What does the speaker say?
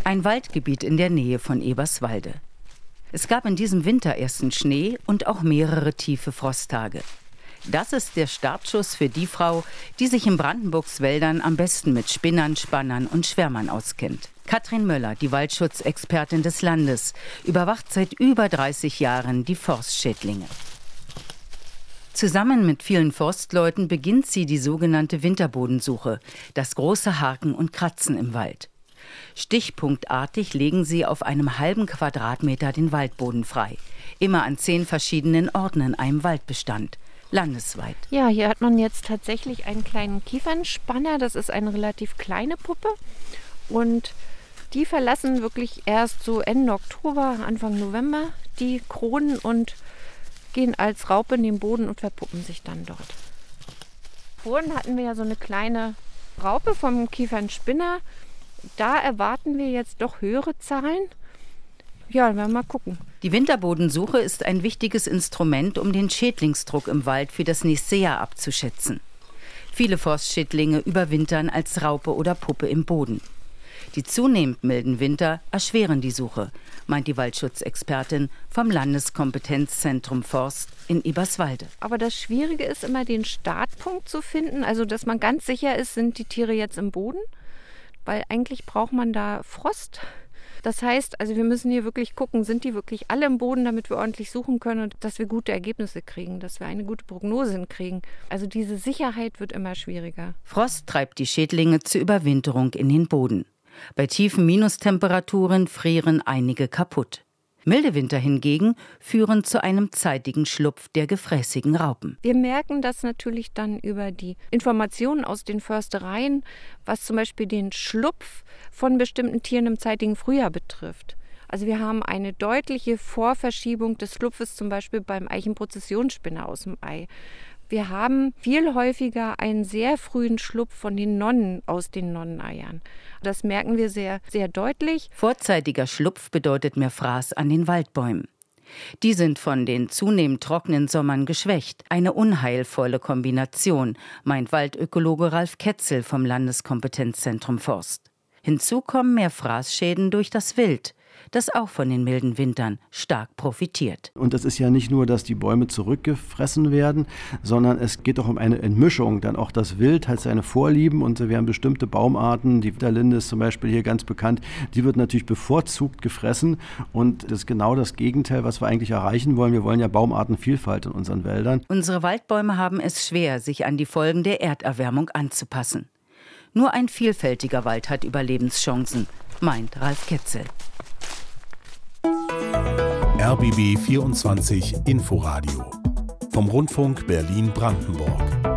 Ein Waldgebiet in der Nähe von Eberswalde. Es gab in diesem Winter ersten Schnee und auch mehrere tiefe Frosttage. Das ist der Startschuss für die Frau, die sich in Brandenburgs Wäldern am besten mit Spinnern, Spannern und Schwärmern auskennt. Katrin Möller, die Waldschutzexpertin des Landes, überwacht seit über 30 Jahren die Forstschädlinge. Zusammen mit vielen Forstleuten beginnt sie die sogenannte Winterbodensuche, das große Harken und Kratzen im Wald. Stichpunktartig legen sie auf einem halben Quadratmeter den Waldboden frei, immer an 10 verschiedenen Orten in einem Waldbestand. Landesweit. Ja, hier hat man jetzt tatsächlich einen kleinen Kiefernspanner. Das ist eine relativ kleine Puppe. Und die verlassen wirklich erst so Ende Oktober, Anfang November die Kronen und gehen als Raupe in den Boden und verpuppen sich dann dort. Vorhin hatten wir ja so eine kleine Raupe vom Kiefernspinner. Da erwarten wir jetzt doch höhere Zahlen. Ja, dann werden wir mal gucken. Die Winterbodensuche ist ein wichtiges Instrument, um den Schädlingsdruck im Wald für das nächste Jahr abzuschätzen. Viele Forstschädlinge überwintern als Raupe oder Puppe im Boden. Die zunehmend milden Winter erschweren die Suche, meint die Waldschutzexpertin vom Landeskompetenzzentrum Forst in Eberswalde. Aber das Schwierige ist immer, den Startpunkt zu finden, also dass man ganz sicher ist, sind die Tiere jetzt im Boden, weil eigentlich braucht man da Frost. Das heißt, also wir müssen hier wirklich gucken, sind die wirklich alle im Boden, damit wir ordentlich suchen können und dass wir gute Ergebnisse kriegen, dass wir eine gute Prognose hinkriegen. Also diese Sicherheit wird immer schwieriger. Frost treibt die Schädlinge zur Überwinterung in den Boden. Bei tiefen Minustemperaturen frieren einige kaputt. Milde Winter hingegen führen zu einem zeitigen Schlupf der gefräßigen Raupen. Wir merken das natürlich dann über die Informationen aus den Förstereien, was zum Beispiel den Schlupf von bestimmten Tieren im zeitigen Frühjahr betrifft. Also wir haben eine deutliche Vorverschiebung des Schlupfes zum Beispiel beim Eichenprozessionsspinner aus dem Ei. Wir haben viel häufiger einen sehr frühen Schlupf von den Nonnen aus den Nonneneiern. Das merken wir sehr, sehr deutlich. Vorzeitiger Schlupf bedeutet mehr Fraß an den Waldbäumen. Die sind von den zunehmend trockenen Sommern geschwächt. Eine unheilvolle Kombination, meint Waldökologe Ralf Ketzel vom Landeskompetenzzentrum Forst. Hinzu kommen mehr Fraßschäden durch das Wild, das auch von den milden Wintern stark profitiert. Und es ist ja nicht nur, dass die Bäume zurückgefressen werden, sondern es geht auch um eine Entmischung. Dann auch das Wild hat seine Vorlieben und wir haben bestimmte Baumarten, die Winterlinde ist zum Beispiel hier ganz bekannt, die wird natürlich bevorzugt gefressen und das ist genau das Gegenteil, was wir eigentlich erreichen wollen. Wir wollen ja Baumartenvielfalt in unseren Wäldern. Unsere Waldbäume haben es schwer, sich an die Folgen der Erderwärmung anzupassen. Nur ein vielfältiger Wald hat Überlebenschancen, meint Ralf Ketzel. RBB 24 Inforadio vom Rundfunk Berlin-Brandenburg.